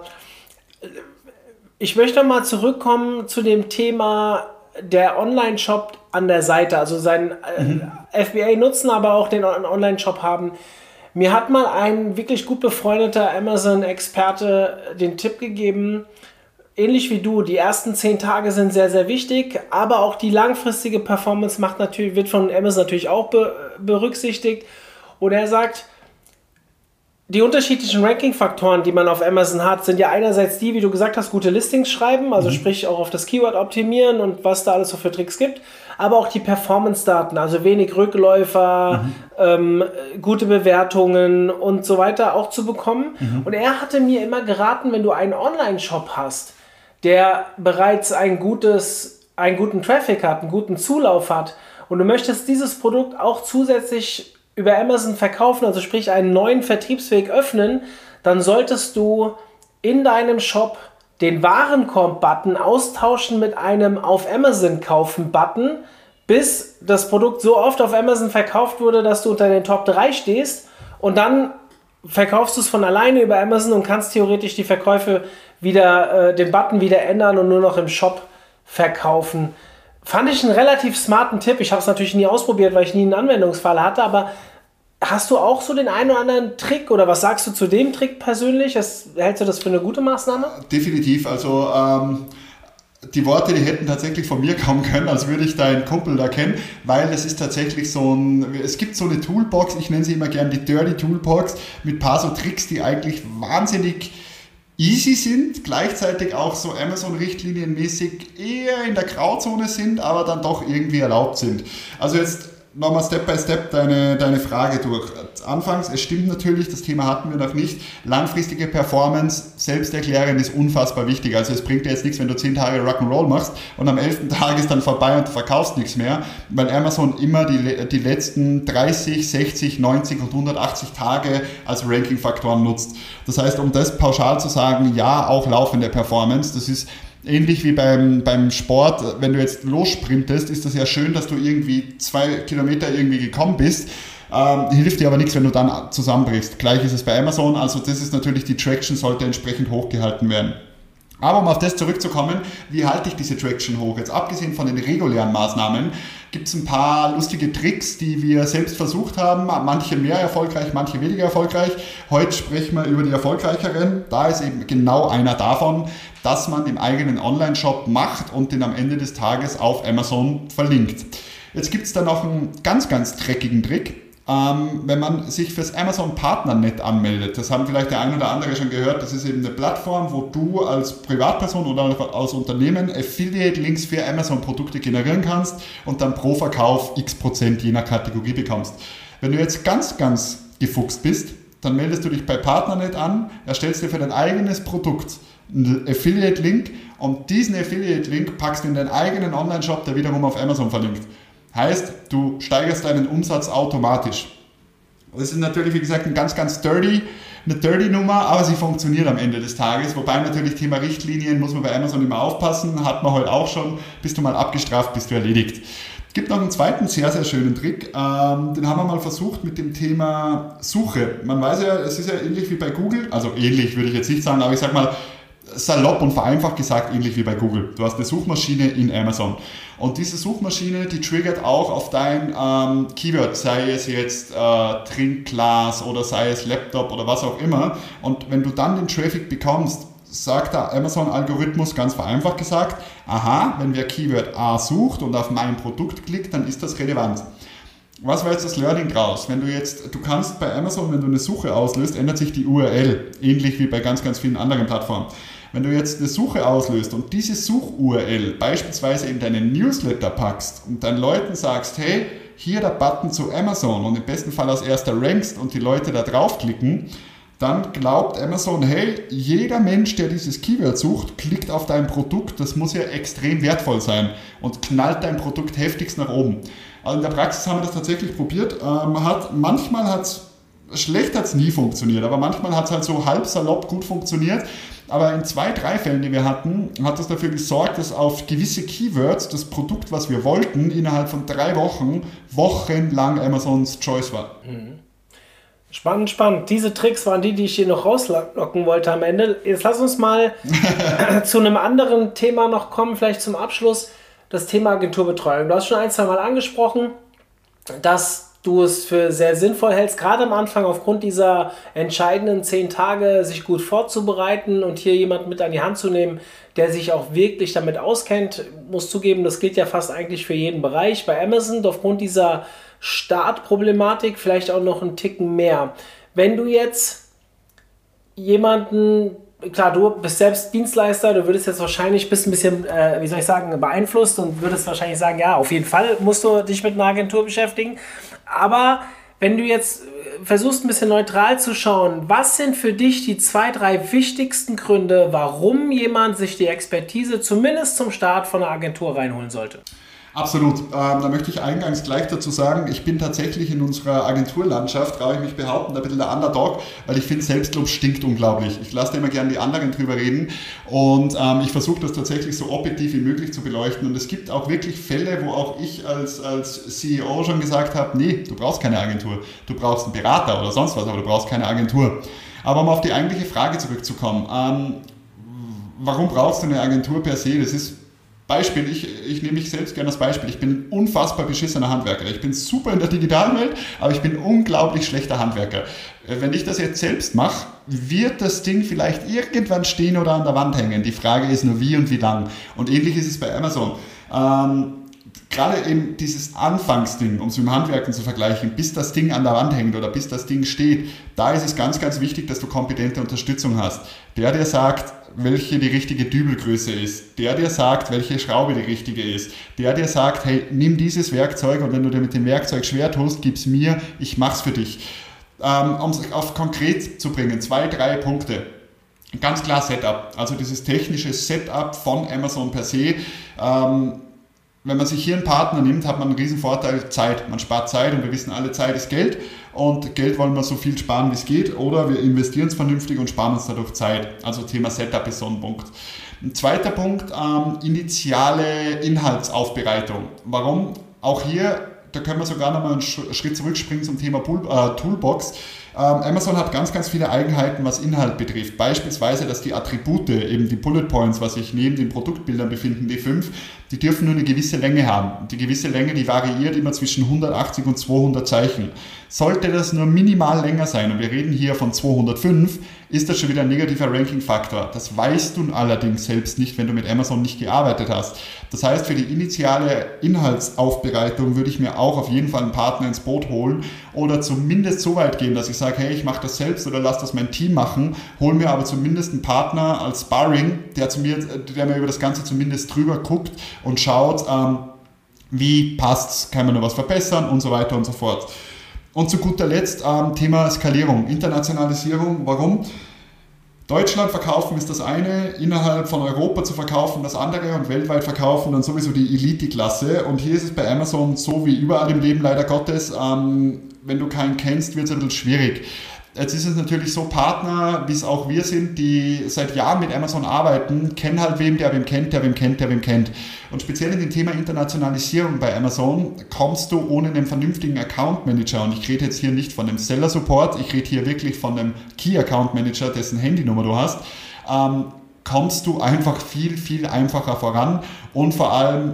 ich möchte mal zurückkommen zu dem Thema der Online-Shop an der Seite, also seinen mhm. F B A nutzen, aber auch den Online-Shop haben. Mir hat mal ein wirklich gut befreundeter Amazon-Experte den Tipp gegeben, ähnlich wie du, die ersten zehn Tage sind sehr, sehr wichtig, aber auch die langfristige Performance macht natürlich, wird von Amazon natürlich auch be- berücksichtigt. Und er sagt, die unterschiedlichen Ranking-Faktoren, die man auf Amazon hat, sind ja einerseits die, wie du gesagt hast, gute Listings schreiben, also mhm. sprich auch auf das Keyword optimieren und was da alles so für Tricks gibt, aber auch die Performance-Daten, also wenig Rückläufer, mhm. ähm, gute Bewertungen und so weiter auch zu bekommen. Mhm. Und er hatte mir immer geraten, wenn du einen Online-Shop hast, der bereits ein gutes, einen guten Traffic hat, einen guten Zulauf hat und du möchtest dieses Produkt auch zusätzlich über Amazon verkaufen, also sprich einen neuen Vertriebsweg öffnen, dann solltest du in deinem Shop den Warenkorb-Button austauschen mit einem auf Amazon kaufen-Button, bis das Produkt so oft auf Amazon verkauft wurde, dass du unter den Top drei stehst und dann verkaufst du es von alleine über Amazon und kannst theoretisch die Verkäufe wieder, äh, den Button wieder ändern und nur noch im Shop verkaufen. Fand ich einen relativ smarten Tipp. Ich habe es natürlich nie ausprobiert, weil ich nie einen Anwendungsfall hatte, aber hast du auch so den einen oder anderen Trick oder was sagst du zu dem Trick persönlich? Das, hältst du das für eine gute Maßnahme? Definitiv. Also ähm, die Worte, die hätten tatsächlich von mir kommen können, als würde ich deinen Kumpel da kennen, weil es ist tatsächlich so ein, es gibt so eine Toolbox, ich nenne sie immer gerne die Dirty Toolbox, mit ein paar so Tricks, die eigentlich wahnsinnig easy sind, gleichzeitig auch so Amazon-Richtlinienmäßig eher in der Grauzone sind, aber dann doch irgendwie erlaubt sind. Also jetzt nochmal Step by Step deine, deine Frage durch. Anfangs, es stimmt natürlich, das Thema hatten wir noch nicht, langfristige Performance, selbsterklärend ist unfassbar wichtig. Also es bringt dir jetzt nichts, wenn du zehn Tage Rock'n'Roll machst und am elften Tag ist dann vorbei und du verkaufst nichts mehr, weil Amazon immer die, die letzten dreißig, sechzig, neunzig und hundertachtzig Tage als Ranking-Faktoren nutzt. Das heißt, um das pauschal zu sagen, ja, auch laufende Performance, das ist ähnlich wie beim, beim Sport, wenn du jetzt lossprintest, ist das ja schön, dass du irgendwie zwei Kilometer irgendwie gekommen bist. Ähm, hilft dir aber nichts, wenn du dann zusammenbrichst. Gleich ist es bei Amazon, also das ist natürlich, die Traction sollte entsprechend hochgehalten werden. Aber um auf das zurückzukommen, wie halte ich diese Traction hoch? Jetzt abgesehen von den regulären Maßnahmen, gibt es ein paar lustige Tricks, die wir selbst versucht haben, manche mehr erfolgreich, manche weniger erfolgreich. Heute sprechen wir über die erfolgreicheren. Da ist eben genau einer davon, dass man im eigenen Online-Shop macht und den am Ende des Tages auf Amazon verlinkt. Jetzt gibt es da noch einen ganz, ganz dreckigen Trick. Ähm, wenn man sich fürs Amazon Partnernet anmeldet, das haben vielleicht der ein oder andere schon gehört, das ist eben eine Plattform, wo du als Privatperson oder als Unternehmen Affiliate-Links für Amazon-Produkte generieren kannst und dann pro Verkauf x Prozent je nach Kategorie bekommst. Wenn du jetzt ganz, ganz gefuchst bist, dann meldest du dich bei Partnernet an, erstellst dir für dein eigenes Produkt einen Affiliate-Link und diesen Affiliate-Link packst du in deinen eigenen Online-Shop, der wiederum auf Amazon verlinkt. Heißt, du steigerst deinen Umsatz automatisch. Das ist natürlich, wie gesagt, ein ganz, ganz dirty, eine dirty Nummer, aber sie funktioniert am Ende des Tages. Wobei natürlich Thema Richtlinien, muss man bei Amazon immer aufpassen, hat man heute auch schon. Bist du mal abgestraft, bist du erledigt. Es gibt noch einen zweiten sehr, sehr schönen Trick. Ähm, den haben wir mal versucht mit dem Thema Suche. Man weiß ja, es ist ja ähnlich wie bei Google, also ähnlich würde ich jetzt nicht sagen, aber ich sag mal, salopp und vereinfacht gesagt ähnlich wie bei Google. Du hast eine Suchmaschine in Amazon. Und diese Suchmaschine, die triggert auch auf dein ähm, Keyword, sei es jetzt äh, Trinkglas oder sei es Laptop oder was auch immer. Und wenn du dann den Traffic bekommst, sagt der Amazon-Algorithmus ganz vereinfacht gesagt, aha, wenn wer Keyword A sucht und auf mein Produkt klickt, dann ist das relevant. Was war jetzt das Learning draus? Wenn du jetzt, du kannst bei Amazon, wenn du eine Suche auslöst, ändert sich die U R L, ähnlich wie bei ganz, ganz vielen anderen Plattformen. Wenn du jetzt eine Suche auslöst und diese Such-U R L beispielsweise in deinen Newsletter packst und deinen Leuten sagst, hey, hier der Button zu Amazon und im besten Fall als erster rankst und die Leute da draufklicken, dann glaubt Amazon, hey, jeder Mensch, der dieses Keyword sucht, klickt auf dein Produkt, das muss ja extrem wertvoll sein und knallt dein Produkt heftigst nach oben. Also in der Praxis haben wir das tatsächlich probiert. Ähm, hat, manchmal hat es, schlecht hat es nie funktioniert, aber manchmal hat es halt so halb salopp gut funktioniert. Aber in zwei, drei Fällen, die wir hatten, hat das dafür gesorgt, dass auf gewisse Keywords das Produkt, was wir wollten, innerhalb von drei Wochen, wochenlang Amazons Choice war. Mhm. Spannend, spannend. Diese Tricks waren die, die ich hier noch rauslocken wollte am Ende. Jetzt lass uns mal zu einem anderen Thema noch kommen, vielleicht zum Abschluss. Das Thema Agenturbetreuung. Du hast schon ein, zwei Mal angesprochen, dass du es für sehr sinnvoll hältst, gerade am Anfang aufgrund dieser entscheidenden zehn Tage sich gut vorzubereiten und hier jemanden mit an die Hand zu nehmen, der sich auch wirklich damit auskennt. Ich muss zugeben, das gilt ja fast eigentlich für jeden Bereich. Bei Amazon aufgrund dieser Startproblematik vielleicht auch noch einen Ticken mehr. Wenn du jetzt jemanden, klar, du bist selbst Dienstleister, du würdest jetzt wahrscheinlich bist ein bisschen, äh, wie soll ich sagen, beeinflusst und würdest wahrscheinlich sagen, ja, auf jeden Fall musst du dich mit einer Agentur beschäftigen. Aber wenn du jetzt versuchst, ein bisschen neutral zu schauen, was sind für dich die zwei, drei wichtigsten Gründe, warum jemand sich die Expertise zumindest zum Start von einer Agentur reinholen sollte? Absolut. Ähm, da möchte ich eingangs gleich dazu sagen, ich bin tatsächlich in unserer Agenturlandschaft, traue ich mich behaupten, ein bisschen der Underdog, weil ich finde, Selbstlob stinkt unglaublich. Ich lasse immer gerne die anderen drüber reden und ähm, ich versuche das tatsächlich so objektiv wie möglich zu beleuchten. Und es gibt auch wirklich Fälle, wo auch ich als, als C E O schon gesagt habe, nee, du brauchst keine Agentur. Du brauchst einen Berater oder sonst was, aber du brauchst keine Agentur. Aber um auf die eigentliche Frage zurückzukommen, ähm, warum brauchst du eine Agentur per se? Das ist Beispiel, ich, ich nehme mich selbst gerne als Beispiel. Ich bin ein unfassbar beschissener Handwerker. Ich bin super in der digitalen Welt, aber ich bin ein unglaublich schlechter Handwerker. Wenn ich das jetzt selbst mache, wird das Ding vielleicht irgendwann stehen oder an der Wand hängen. Die Frage ist nur wie und wie lang. Und ähnlich ist es bei Amazon. Ähm, gerade eben dieses Anfangsding, um es mit dem Handwerken zu vergleichen, bis das Ding an der Wand hängt oder bis das Ding steht, da ist es ganz, ganz wichtig, dass du kompetente Unterstützung hast. Der dir sagt, welche die richtige Dübelgröße ist, der dir sagt, welche Schraube die richtige ist, der dir sagt, hey, nimm dieses Werkzeug und wenn du dir mit dem Werkzeug schwer tust, gib's mir, ich mach's für dich. Ähm, um es auf konkret zu bringen, zwei, drei Punkte. Ganz klar Setup, also dieses technische Setup von Amazon per se. Ähm, Wenn man sich hier einen Partner nimmt, hat man einen riesen Vorteil, Zeit. Man spart Zeit und wir wissen alle, Zeit ist Geld und Geld wollen wir so viel sparen, wie es geht oder wir investieren es vernünftig und sparen uns dadurch Zeit. Also Thema Setup ist so ein Punkt. Ein zweiter Punkt, ähm, initiale Inhaltsaufbereitung. Warum? Auch hier, da können wir sogar nochmal einen Schritt zurückspringen zum Thema Pool, äh, Toolbox. Ähm, Amazon hat ganz, ganz viele Eigenheiten, was Inhalt betrifft. Beispielsweise, dass die Attribute, eben die Bullet Points, was sich neben den Produktbildern befinden, die fünf, die dürfen nur eine gewisse Länge haben. Die gewisse Länge, die variiert immer zwischen hundertachtzig und zweihundert Zeichen. Sollte das nur minimal länger sein, und wir reden hier von zweihundertfünf, ist das schon wieder ein negativer Ranking-Faktor. Das weißt du allerdings selbst nicht, wenn du mit Amazon nicht gearbeitet hast. Das heißt, für die initiale Inhaltsaufbereitung würde ich mir auch auf jeden Fall einen Partner ins Boot holen oder zumindest so weit gehen, dass ich sage, hey, ich mache das selbst oder lass das mein Team machen, hol mir aber zumindest einen Partner als Sparring, der, zu mir, der mir über das Ganze zumindest drüber guckt und schaut, ähm, wie passt's, kann man noch was verbessern und so weiter und so fort. Und zu guter Letzt ähm, Thema Skalierung, Internationalisierung. Warum? Deutschland verkaufen ist das eine, innerhalb von Europa zu verkaufen das andere und weltweit verkaufen dann sowieso die Elite-Klasse. Und hier ist es bei Amazon so wie überall im Leben leider Gottes, ähm, wenn du keinen kennst, wird es ein bisschen schwierig. Jetzt ist es natürlich so, Partner, wie es auch wir sind, die seit Jahren mit Amazon arbeiten, kennen halt wem, der wem kennt, der wem kennt, der wem kennt. Und speziell in dem Thema Internationalisierung bei Amazon kommst du ohne einen vernünftigen Account Manager, und ich rede jetzt hier nicht von dem Seller Support, ich rede hier wirklich von einem Key Account Manager, dessen Handynummer du hast, ähm, kommst du einfach viel, viel einfacher voran und vor allem,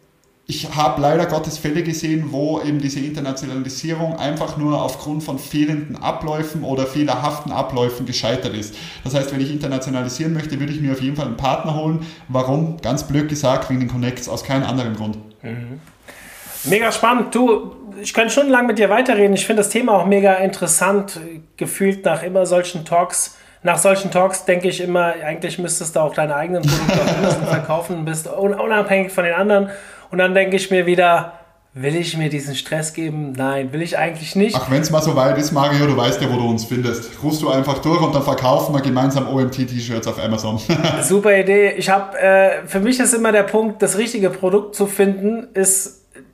ich habe leider Gottes Fälle gesehen, wo eben diese Internationalisierung einfach nur aufgrund von fehlenden Abläufen oder fehlerhaften Abläufen gescheitert ist. Das heißt, wenn ich internationalisieren möchte, würde ich mir auf jeden Fall einen Partner holen. Warum? Ganz blöd gesagt, wegen den Connects, aus keinem anderen Grund. Mhm. Mega spannend. Du, ich könnte stundenlang mit dir weiterreden. Ich finde das Thema auch mega interessant. Gefühlt nach immer solchen Talks, nach solchen Talks denke ich immer, eigentlich müsstest du auch deine eigenen Produkte auf Amazon verkaufen, bist unabhängig von den anderen. Und dann denke ich mir wieder, will ich mir diesen Stress geben? Nein, will ich eigentlich nicht. Ach, wenn es mal so weit ist, Mario, du weißt ja, wo du uns findest. Rufst du einfach durch und dann verkaufen wir gemeinsam O M T-T-Shirts auf Amazon. Super Idee. Ich habe, äh, für mich ist immer der Punkt, das richtige Produkt zu finden, ist,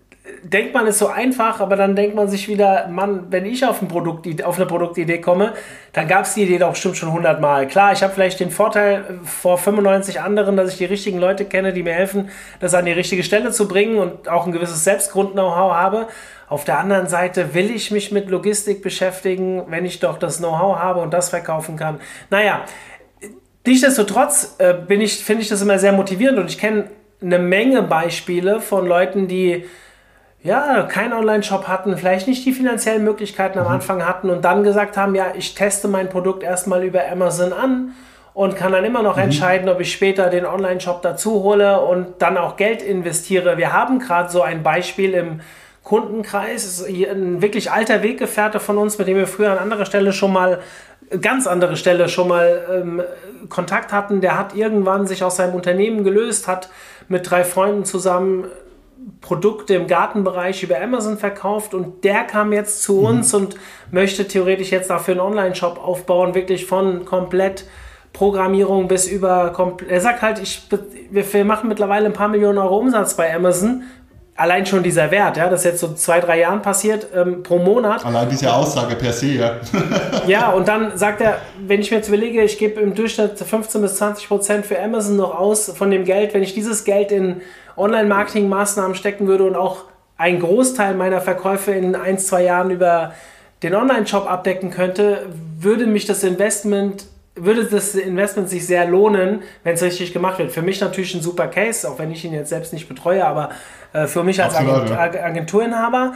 denkt man, ist so einfach, aber dann denkt man sich wieder, Mann, wenn ich auf, ein Produkt, auf eine Produktidee komme, dann gab es die Idee doch bestimmt schon hundert Mal. Klar, ich habe vielleicht den Vorteil vor fünfundneunzig anderen, dass ich die richtigen Leute kenne, die mir helfen, das an die richtige Stelle zu bringen und auch ein gewisses Selbstgrund-Know-how habe. Auf der anderen Seite will ich mich mit Logistik beschäftigen, wenn ich doch das Know-how habe und das verkaufen kann. Naja, nichtsdestotrotz äh, bin ich, finde ich das immer sehr motivierend und ich kenne eine Menge Beispiele von Leuten, die ja, keinen Online-Shop hatten, vielleicht nicht die finanziellen Möglichkeiten am Anfang hatten und dann gesagt haben, ja, ich teste mein Produkt erstmal über Amazon an und kann dann immer noch mhm. entscheiden, ob ich später den Online-Shop dazu hole und dann auch Geld investiere. Wir haben gerade so ein Beispiel im Kundenkreis, ist hier ein wirklich alter Weggefährte von uns, mit dem wir früher an anderer Stelle schon mal, ganz andere Stelle schon mal ähm, Kontakt hatten. Der hat irgendwann sich aus seinem Unternehmen gelöst, hat mit drei Freunden zusammen Produkte im Gartenbereich über Amazon verkauft und der kam jetzt zu uns mhm. und möchte theoretisch jetzt dafür einen Online-Shop aufbauen, wirklich von komplett Programmierung bis über, er sagt halt, ich, wir machen mittlerweile ein paar Millionen Euro Umsatz bei Amazon, allein schon dieser Wert, ja, das ist jetzt so zwei, drei Jahren passiert, ähm, pro Monat. Allein diese Aussage per se, ja. Ja, und dann sagt er, wenn ich mir jetzt überlege, ich gebe im Durchschnitt fünfzehn bis zwanzig Prozent für Amazon noch aus von dem Geld, wenn ich dieses Geld in Online-Marketing-Maßnahmen stecken würde und auch einen Großteil meiner Verkäufe in ein, zwei Jahren über den Online-Shop abdecken könnte, würde mich das Investment, würde das Investment sich sehr lohnen, wenn es richtig gemacht wird. Für mich natürlich ein super Case, auch wenn ich ihn jetzt selbst nicht betreue, aber äh, für mich als Absolut, Agent, ja. Agenturinhaber.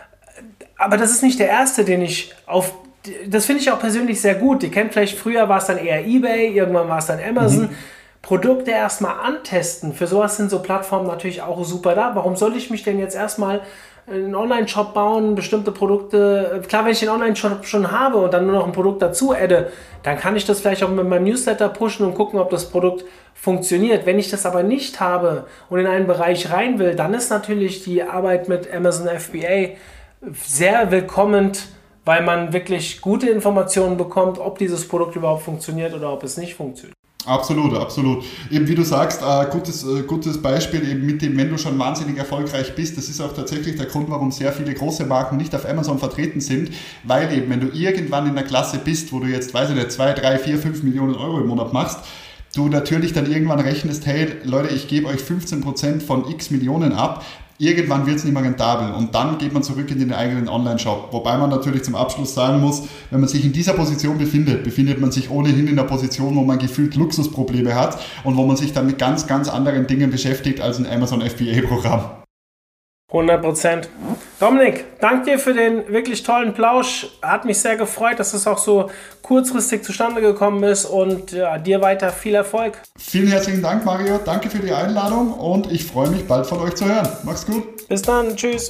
Aber das ist nicht der erste, den ich auf, das finde ich auch persönlich sehr gut. Ihr kennt vielleicht, früher war es dann eher eBay, irgendwann war es dann Amazon. Mhm. Produkte erstmal antesten, für sowas sind so Plattformen natürlich auch super da. Warum soll ich mich denn jetzt erstmal einen Online-Shop bauen, bestimmte Produkte, klar, wenn ich den Online-Shop schon habe und dann nur noch ein Produkt dazu adde, dann kann ich das vielleicht auch mit meinem Newsletter pushen und gucken, ob das Produkt funktioniert. Wenn ich das aber nicht habe und in einen Bereich rein will, dann ist natürlich die Arbeit mit Amazon F B A sehr willkommen, weil man wirklich gute Informationen bekommt, ob dieses Produkt überhaupt funktioniert oder ob es nicht funktioniert. Absolut, absolut. Eben wie du sagst, äh, gutes, äh, gutes Beispiel eben mit dem, wenn du schon wahnsinnig erfolgreich bist, das ist auch tatsächlich der Grund, warum sehr viele große Marken nicht auf Amazon vertreten sind, weil eben, wenn du irgendwann in der Klasse bist, wo du jetzt, weiß ich nicht, zwei, drei, vier, fünf Millionen Euro im Monat machst, du natürlich dann irgendwann rechnest, hey Leute, ich gebe euch fünfzehn Prozent von x Millionen ab, irgendwann wird es nicht mehr rentabel und dann geht man zurück in den eigenen Online-Shop. Wobei man natürlich zum Abschluss sagen muss, wenn man sich in dieser Position befindet, befindet man sich ohnehin in der Position, wo man gefühlt Luxusprobleme hat und wo man sich dann mit ganz, ganz anderen Dingen beschäftigt als ein Amazon F B A-Programm. hundert Prozent. Dominik, danke dir für den wirklich tollen Plausch. Hat mich sehr gefreut, dass es auch so kurzfristig zustande gekommen ist und ja, dir weiter viel Erfolg. Vielen herzlichen Dank, Mario. Danke für die Einladung und ich freue mich, bald von euch zu hören. Mach's gut. Bis dann. Tschüss.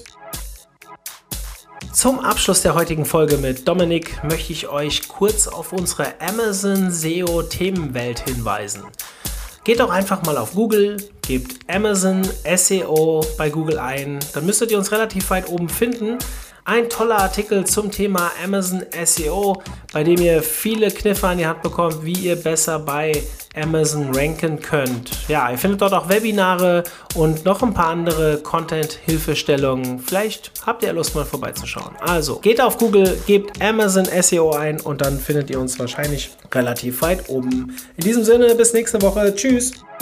Zum Abschluss der heutigen Folge mit Dominik möchte ich euch kurz auf unsere Amazon S E O-Themenwelt hinweisen. Geht doch einfach mal auf Google, gebt Amazon S E O bei Google ein, dann müsstet ihr uns relativ weit oben finden. Ein toller Artikel zum Thema Amazon S E O, bei dem ihr viele Kniffe an die Hand bekommt, wie ihr besser bei Amazon ranken könnt. Ja, ihr findet dort auch Webinare und noch ein paar andere Content-Hilfestellungen. Vielleicht habt ihr Lust, mal vorbeizuschauen. Also, geht auf Google, gebt Amazon S E O ein und dann findet ihr uns wahrscheinlich relativ weit oben. In diesem Sinne, bis nächste Woche. Tschüss!